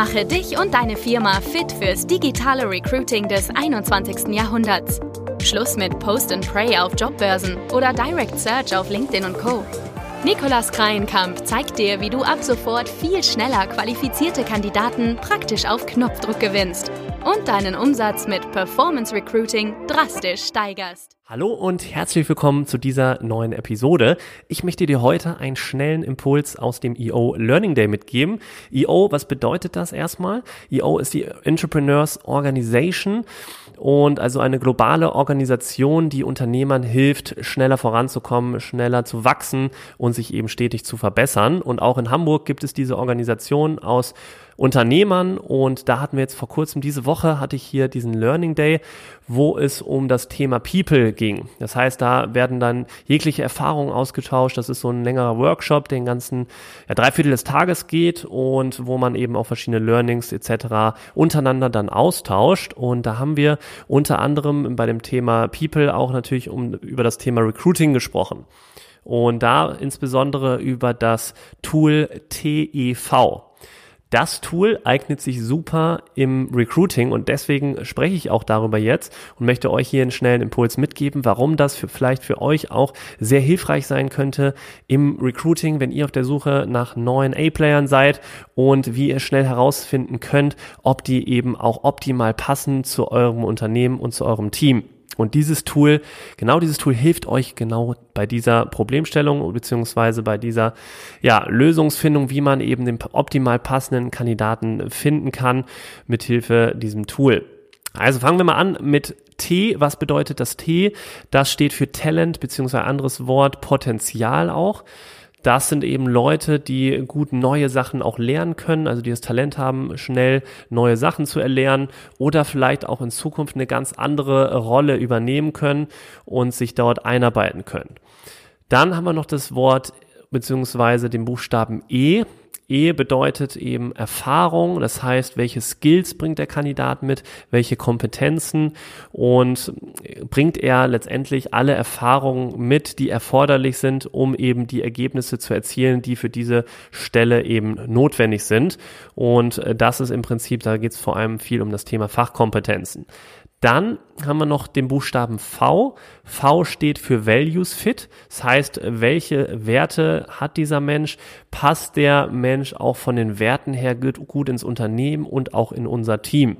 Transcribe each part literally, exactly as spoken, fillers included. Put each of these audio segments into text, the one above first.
Mache dich und deine Firma fit fürs digitale Recruiting des einundzwanzigsten Jahrhunderts. Schluss mit Post and Pray auf Jobbörsen oder Direct Search auf LinkedIn und Co. Nikolaus Kreienkamp zeigt dir, wie du ab sofort viel schneller qualifizierte Kandidaten praktisch auf Knopfdruck gewinnst und deinen Umsatz mit Performance Recruiting drastisch steigerst. Hallo und herzlich willkommen zu dieser neuen Episode. Ich möchte dir heute einen schnellen Impuls aus dem E O Learning Day mitgeben. E O, was bedeutet das erstmal? E O ist die Entrepreneurs Organization und also eine globale Organisation, die Unternehmern hilft, schneller voranzukommen, schneller zu wachsen und sich eben stetig zu verbessern. Und auch in Hamburg gibt es diese Organisation aus Unternehmern und da hatten wir jetzt vor kurzem, diese Woche hatte ich hier diesen Learning Day, wo es um das Thema People ging. Das heißt, da werden dann jegliche Erfahrungen ausgetauscht. Das ist so ein längerer Workshop, der den ganzen ja, Dreiviertel des Tages geht und wo man eben auch verschiedene Learnings et cetera untereinander dann austauscht. Und da haben wir unter anderem bei dem Thema People auch natürlich um über das Thema Recruiting gesprochen. Und da insbesondere über das Tool T E V. Das Tool eignet sich super im Recruiting und deswegen spreche ich auch darüber jetzt und möchte euch hier einen schnellen Impuls mitgeben, warum das für, vielleicht für euch auch sehr hilfreich sein könnte im Recruiting, wenn ihr auf der Suche nach neuen A-Playern seid und wie ihr schnell herausfinden könnt, ob die eben auch optimal passen zu eurem Unternehmen und zu eurem Team. Und dieses Tool, genau dieses Tool hilft euch genau bei dieser Problemstellung beziehungsweise bei dieser ja, Lösungsfindung, wie man eben den optimal passenden Kandidaten finden kann, mithilfe diesem Tool. Also fangen wir mal an mit T. Was bedeutet das T? Das steht für Talent beziehungsweise anderes Wort Potenzial auch. Das sind eben Leute, die gut neue Sachen auch lernen können, also die das Talent haben, schnell neue Sachen zu erlernen oder vielleicht auch in Zukunft eine ganz andere Rolle übernehmen können und sich dort einarbeiten können. Dann haben wir noch das Wort beziehungsweise den Buchstaben E. E bedeutet eben Erfahrung, das heißt, welche Skills bringt der Kandidat mit, welche Kompetenzen und bringt er letztendlich alle Erfahrungen mit, die erforderlich sind, um eben die Ergebnisse zu erzielen, die für diese Stelle eben notwendig sind. Und das ist im Prinzip, da geht es vor allem viel um das Thema Fachkompetenzen. Dann haben wir noch den Buchstaben V. V steht für Values Fit. Das heißt, welche Werte hat dieser Mensch? Passt der Mensch auch von den Werten her gut, gut ins Unternehmen und auch in unser Team?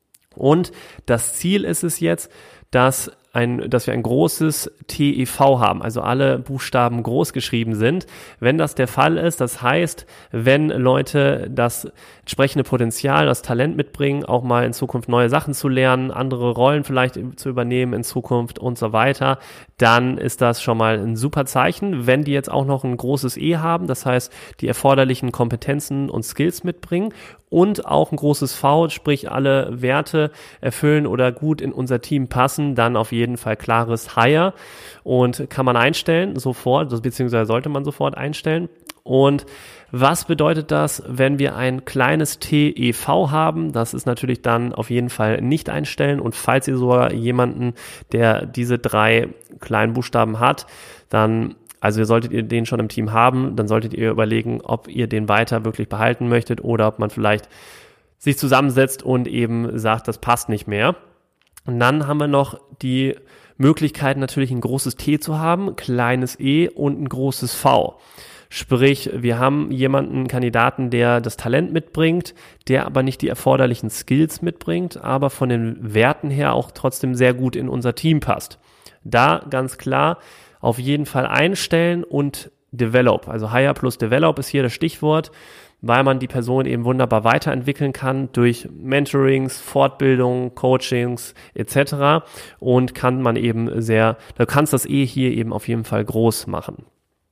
Und das Ziel ist es jetzt, dass ein, dass wir ein großes T E V haben, also alle Buchstaben groß geschrieben sind. Wenn das der Fall ist, das heißt, wenn Leute das entsprechende Potenzial, das Talent mitbringen, auch mal in Zukunft neue Sachen zu lernen, andere Rollen vielleicht zu übernehmen in Zukunft und so weiter, dann ist das schon mal ein super Zeichen. Wenn die jetzt auch noch ein großes E haben, das heißt, die erforderlichen Kompetenzen und Skills mitbringen und auch ein großes V, sprich alle Werte erfüllen oder gut in unser Team passen, dann auf jeden Fall klares Hire und kann man einstellen sofort, beziehungsweise sollte man sofort einstellen. Und was bedeutet das, wenn wir ein kleines T E V haben? Das ist natürlich dann auf jeden Fall nicht einstellen und falls ihr sogar jemanden, der diese drei kleinen Buchstaben hat, dann Also ihr solltet ihr den schon im Team haben, dann solltet ihr überlegen, ob ihr den weiter wirklich behalten möchtet oder ob man vielleicht sich zusammensetzt und eben sagt, das passt nicht mehr. Und dann haben wir noch die Möglichkeit, natürlich ein großes T zu haben, kleines E und ein großes V. Sprich, wir haben jemanden, einen Kandidaten, der das Talent mitbringt, der aber nicht die erforderlichen Skills mitbringt, aber von den Werten her auch trotzdem sehr gut in unser Team passt. Da ganz klar auf jeden Fall einstellen und develop. Also Hire plus develop ist hier das Stichwort, weil man die Person eben wunderbar weiterentwickeln kann durch Mentorings, Fortbildungen, Coachings et cetera. Und kann man eben sehr, da kannst das eh hier eben auf jeden Fall groß machen.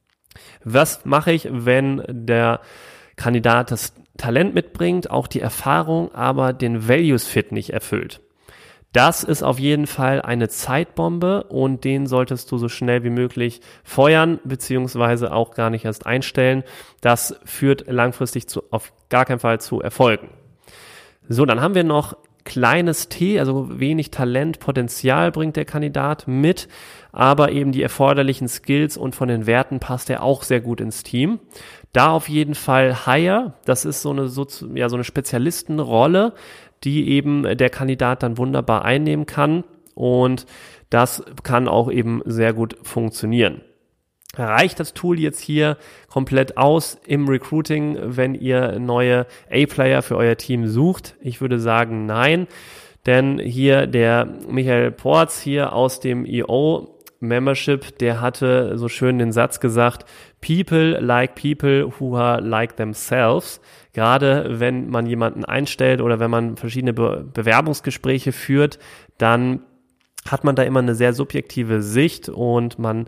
Was mache ich, wenn der Kandidat das Talent mitbringt, auch die Erfahrung, aber den Values Fit nicht erfüllt? Das ist auf jeden Fall eine Zeitbombe und den solltest du so schnell wie möglich feuern, beziehungsweise auch gar nicht erst einstellen. Das führt langfristig zu, auf gar keinen Fall zu Erfolgen. So, dann haben wir noch kleines T, also wenig Talent, Potenzial bringt der Kandidat mit, aber eben die erforderlichen Skills und von den Werten passt er auch sehr gut ins Team. Da auf jeden Fall Hire, das ist so eine, so, ja, so eine Spezialistenrolle, die eben der Kandidat dann wunderbar einnehmen kann, und das kann auch eben sehr gut funktionieren. Reicht das Tool jetzt hier komplett aus im Recruiting, wenn ihr neue A-Player für euer Team sucht? Ich würde sagen, nein, denn hier der Michael Porz hier aus dem E O Membership, der hatte so schön den Satz gesagt: People like people who are like themselves. Gerade wenn man jemanden einstellt oder wenn man verschiedene Be- Bewerbungsgespräche führt, dann hat man da immer eine sehr subjektive Sicht und man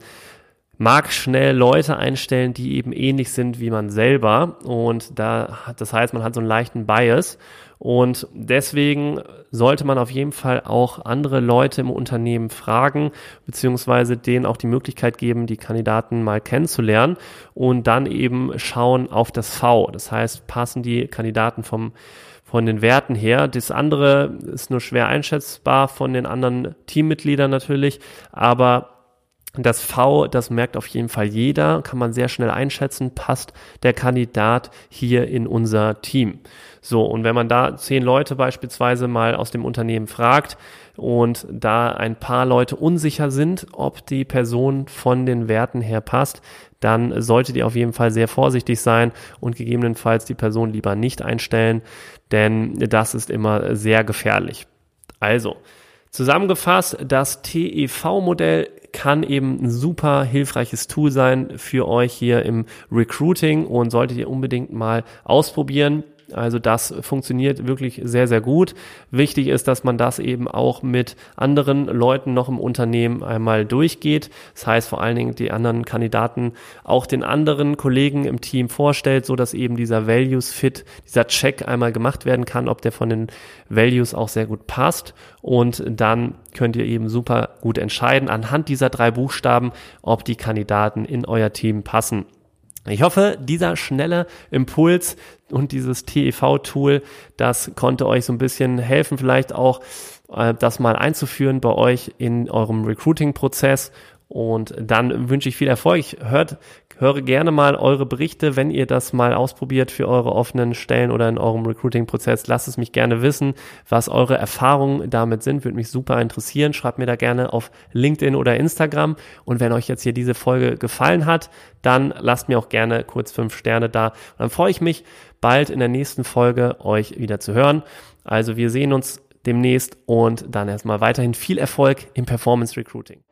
mag schnell Leute einstellen, die eben ähnlich sind wie man selber, und da, das heißt, man hat so einen leichten Bias, und deswegen sollte man auf jeden Fall auch andere Leute im Unternehmen fragen, beziehungsweise denen auch die Möglichkeit geben, die Kandidaten mal kennenzulernen und dann eben schauen auf das V. Das heißt, passen die Kandidaten vom von den Werten her. Das andere ist nur schwer einschätzbar von den anderen Teammitgliedern natürlich, aber das V, das merkt auf jeden Fall jeder, kann man sehr schnell einschätzen, passt der Kandidat hier in unser Team. So, und wenn man da zehn Leute beispielsweise mal aus dem Unternehmen fragt und da ein paar Leute unsicher sind, ob die Person von den Werten her passt, dann solltet ihr auf jeden Fall sehr vorsichtig sein und gegebenenfalls die Person lieber nicht einstellen, denn das ist immer sehr gefährlich. Also, zusammengefasst, das T E V-Modell kann eben ein super hilfreiches Tool sein für euch hier im Recruiting und solltet ihr unbedingt mal ausprobieren. Also das funktioniert wirklich sehr, sehr gut. Wichtig ist, dass man das eben auch mit anderen Leuten noch im Unternehmen einmal durchgeht. Das heißt vor allen Dingen die anderen Kandidaten auch den anderen Kollegen im Team vorstellt, so dass eben dieser Values Fit, dieser Check einmal gemacht werden kann, ob der von den Values auch sehr gut passt. Und dann könnt ihr eben super gut entscheiden anhand dieser drei Buchstaben, ob die Kandidaten in euer Team passen. Ich hoffe, dieser schnelle Impuls und dieses T E V-Tool, das konnte euch so ein bisschen helfen, vielleicht auch äh, das mal einzuführen bei euch in eurem Recruiting-Prozess. Und dann wünsche ich viel Erfolg. Ich hört, höre gerne mal eure Berichte, wenn ihr das mal ausprobiert für eure offenen Stellen oder in eurem Recruiting-Prozess. Lasst es mich gerne wissen, was eure Erfahrungen damit sind. Würde mich super interessieren. Schreibt mir da gerne auf LinkedIn oder Instagram. Und wenn euch jetzt hier diese Folge gefallen hat, dann lasst mir auch gerne kurz fünf Sterne da. Und dann freue ich mich, bald in der nächsten Folge euch wieder zu hören. Also wir sehen uns demnächst und dann erstmal weiterhin viel Erfolg im Performance Recruiting.